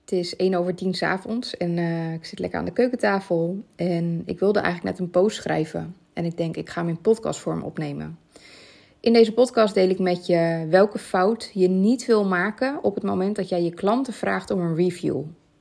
Het is 9:01 's avonds en ik zit lekker aan de keukentafel. En ik wilde eigenlijk net een post schrijven. En ik denk, ik ga hem in podcastvorm opnemen. In deze podcast deel ik met je welke fout je niet wil maken op het moment dat jij je klanten vraagt om een review.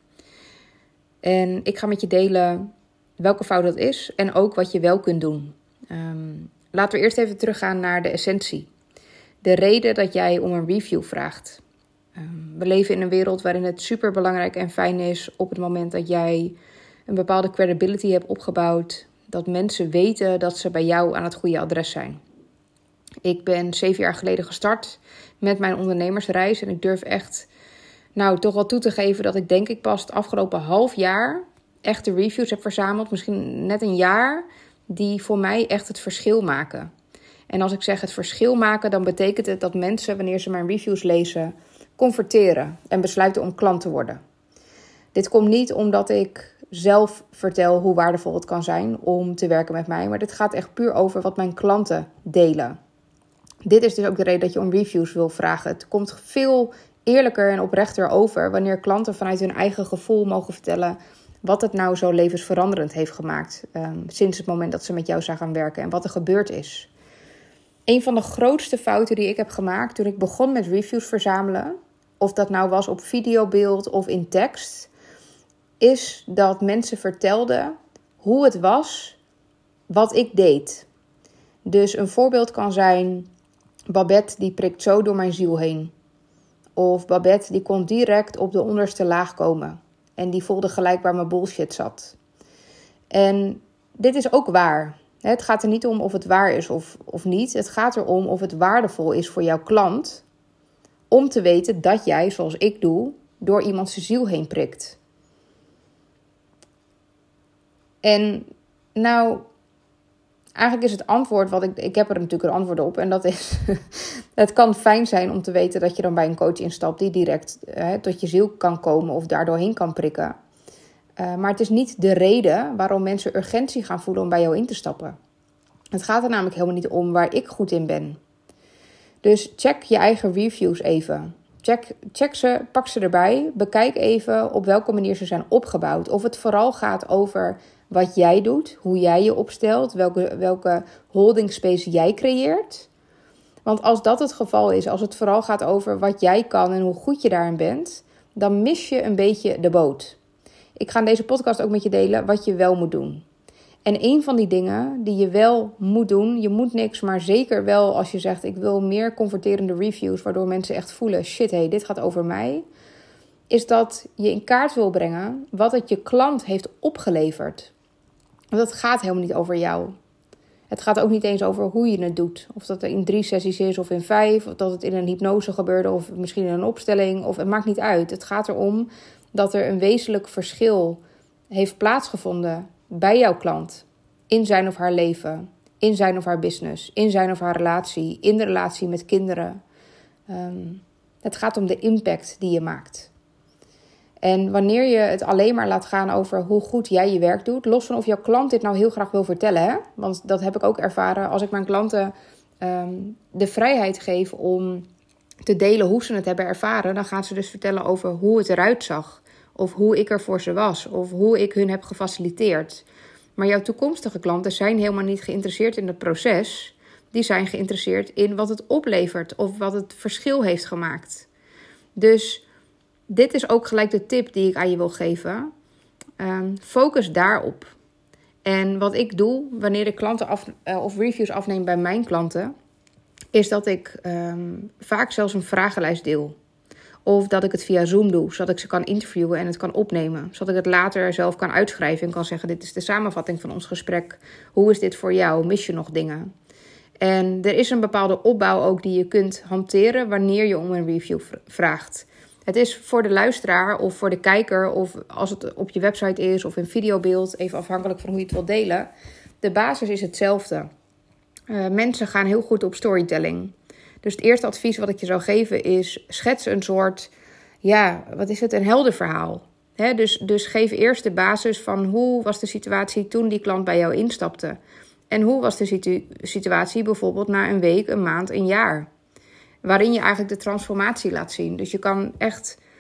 En ik ga met je delen welke fout dat is en ook wat je wel kunt doen. Laten we eerst even teruggaan naar de essentie. De reden dat jij om een review vraagt. We leven in een wereld waarin het super belangrijk en fijn is op het moment dat jij een bepaalde credibility hebt opgebouwd. Dat mensen weten dat ze bij jou aan het goede adres zijn. Ik ben 7 jaar geleden gestart met mijn ondernemersreis. En ik durf echt toch wel toe te geven dat ik denk ik pas het afgelopen half jaar echte reviews heb verzameld. Misschien net een jaar die voor mij echt het verschil maken. En als ik zeg het verschil maken, dan betekent het dat mensen wanneer ze mijn reviews lezen converteren en besluiten om klant te worden. Dit komt niet omdat ik zelf vertel hoe waardevol het kan zijn om te werken met mij. Maar dit gaat echt puur over wat mijn klanten delen. Dit is dus ook de reden dat je om reviews wil vragen. Het komt veel eerlijker en oprechter over wanneer klanten vanuit hun eigen gevoel mogen vertellen wat het nou zo levensveranderend heeft gemaakt sinds het moment dat ze met jou zijn gaan werken en wat er gebeurd is. Een van de grootste fouten die ik heb gemaakt toen ik begon met reviews verzamelen, of dat nou was op videobeeld of in tekst, is dat mensen vertelden hoe het was wat ik deed. Dus een voorbeeld kan zijn, Babette die prikt zo door mijn ziel heen. Of Babette die kon direct op de onderste laag komen. En die voelde gelijk waar mijn bullshit zat. En dit is ook waar. Het gaat er niet om of het waar is of niet. Het gaat erom of het waardevol is voor jouw klant om te weten dat jij, zoals ik doe, door iemand zijn ziel heen prikt. En eigenlijk is het antwoord wat ik heb er natuurlijk een antwoord op. En dat is, het kan fijn zijn om te weten dat je dan bij een coach instapt die direct tot je ziel kan komen of daar doorheen kan prikken. Maar het is niet de reden waarom mensen urgentie gaan voelen om bij jou in te stappen. Het gaat er namelijk helemaal niet om waar ik goed in ben. Dus check je eigen reviews even. Check ze, pak ze erbij. Bekijk even op welke manier ze zijn opgebouwd. Of het vooral gaat over wat jij doet, hoe jij je opstelt, welke holding space jij creëert. Want als dat het geval is, als het vooral gaat over wat jij kan en hoe goed je daarin bent, dan mis je een beetje de boot. Ik ga in deze podcast ook met je delen wat je wel moet doen. En een van die dingen die je wel moet doen, je moet niks, maar zeker wel als je zegt ik wil meer converterende reviews, waardoor mensen echt voelen, shit dit gaat over mij, is dat je in kaart wil brengen wat het je klant heeft opgeleverd. Want dat gaat helemaal niet over jou. Het gaat ook niet eens over hoe je het doet. Of dat er in 3 sessies is of in 5, of dat het in een hypnose gebeurde of misschien in een opstelling, of het maakt niet uit. Het gaat erom dat er een wezenlijk verschil heeft plaatsgevonden bij jouw klant. In zijn of haar leven, in zijn of haar business, in zijn of haar relatie, in de relatie met kinderen. Het gaat om de impact die je maakt. En wanneer je het alleen maar laat gaan over hoe goed jij je werk doet, los van of jouw klant dit nou heel graag wil vertellen, hè? Want dat heb ik ook ervaren als ik mijn klanten de vrijheid geef om te delen hoe ze het hebben ervaren, dan gaan ze dus vertellen over hoe het eruit zag. Of hoe ik er voor ze was. Of hoe ik hun heb gefaciliteerd. Maar jouw toekomstige klanten zijn helemaal niet geïnteresseerd in het proces. Die zijn geïnteresseerd in wat het oplevert. Of wat het verschil heeft gemaakt. Dus dit is ook gelijk de tip die ik aan je wil geven. Focus daarop. En wat ik doe wanneer ik klanten of reviews afneem bij mijn klanten, is dat ik vaak zelfs een vragenlijst deel. Of dat ik het via Zoom doe, zodat ik ze kan interviewen en het kan opnemen. Zodat ik het later zelf kan uitschrijven en kan zeggen, dit is de samenvatting van ons gesprek. Hoe is dit voor jou? Mis je nog dingen? En er is een bepaalde opbouw ook die je kunt hanteren wanneer je om een review vraagt. Het is voor de luisteraar of voor de kijker, of als het op je website is of in videobeeld, even afhankelijk van hoe je het wilt delen. De basis is hetzelfde. Mensen gaan heel goed op storytelling. Dus het eerste advies wat ik je zou geven is, schets een soort, een heldenverhaal. Dus geef eerst de basis van hoe was de situatie toen die klant bij jou instapte. En hoe was de situatie bijvoorbeeld na een week, een maand, een jaar. Waarin je eigenlijk de transformatie laat zien. Dus je kan echt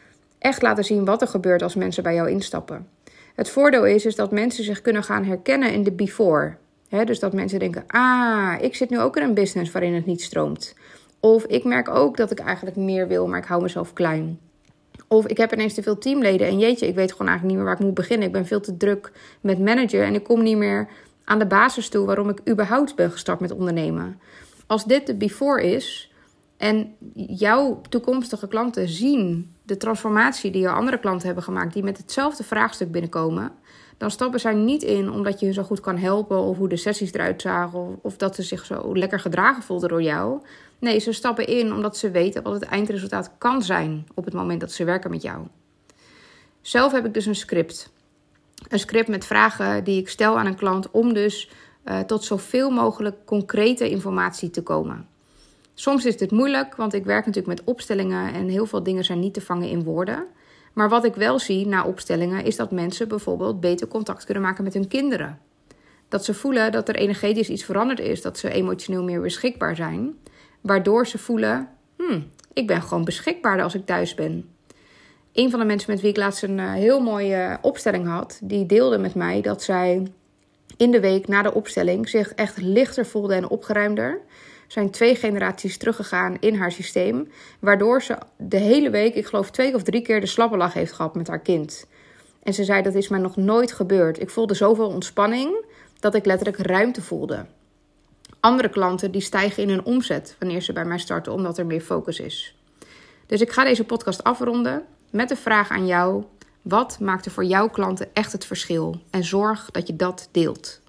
echt laten zien wat er gebeurt als mensen bij jou instappen. Het voordeel is dat mensen zich kunnen gaan herkennen in de before. Dus dat mensen denken, ik zit nu ook in een business waarin het niet stroomt. Of ik merk ook dat ik eigenlijk meer wil, maar ik hou mezelf klein. Of ik heb ineens te veel teamleden en jeetje, ik weet gewoon eigenlijk niet meer waar ik moet beginnen. Ik ben veel te druk met managen en ik kom niet meer aan de basis toe waarom ik überhaupt ben gestart met ondernemen. Als dit de before is en jouw toekomstige klanten zien de transformatie die jouw andere klanten hebben gemaakt, die met hetzelfde vraagstuk binnenkomen, dan stappen zij niet in omdat je hun zo goed kan helpen of hoe de sessies eruit zagen of dat ze zich zo lekker gedragen voelden door jou. Nee, ze stappen in omdat ze weten wat het eindresultaat kan zijn op het moment dat ze werken met jou. Zelf heb ik dus een script. Een script met vragen die ik stel aan een klant om dus tot zoveel mogelijk concrete informatie te komen. Soms is dit moeilijk, want ik werk natuurlijk met opstellingen en heel veel dingen zijn niet te vangen in woorden. Maar wat ik wel zie na opstellingen is dat mensen bijvoorbeeld beter contact kunnen maken met hun kinderen. Dat ze voelen dat er energetisch iets veranderd is, dat ze emotioneel meer beschikbaar zijn. Waardoor ze voelen, ik ben gewoon beschikbaarder als ik thuis ben. Een van de mensen met wie ik laatst een heel mooie opstelling had, die deelde met mij dat zij in de week na de opstelling zich echt lichter voelde en opgeruimder. Zijn 2 generaties teruggegaan in haar systeem, waardoor ze de hele week, ik geloof 2 of 3 keer de slappe lach heeft gehad met haar kind. En ze zei, dat is mij nog nooit gebeurd. Ik voelde zoveel ontspanning dat ik letterlijk ruimte voelde. Andere klanten die stijgen in hun omzet wanneer ze bij mij starten, omdat er meer focus is. Dus ik ga deze podcast afronden met de vraag aan jou: wat maakt er voor jouw klanten echt het verschil? En zorg dat je dat deelt.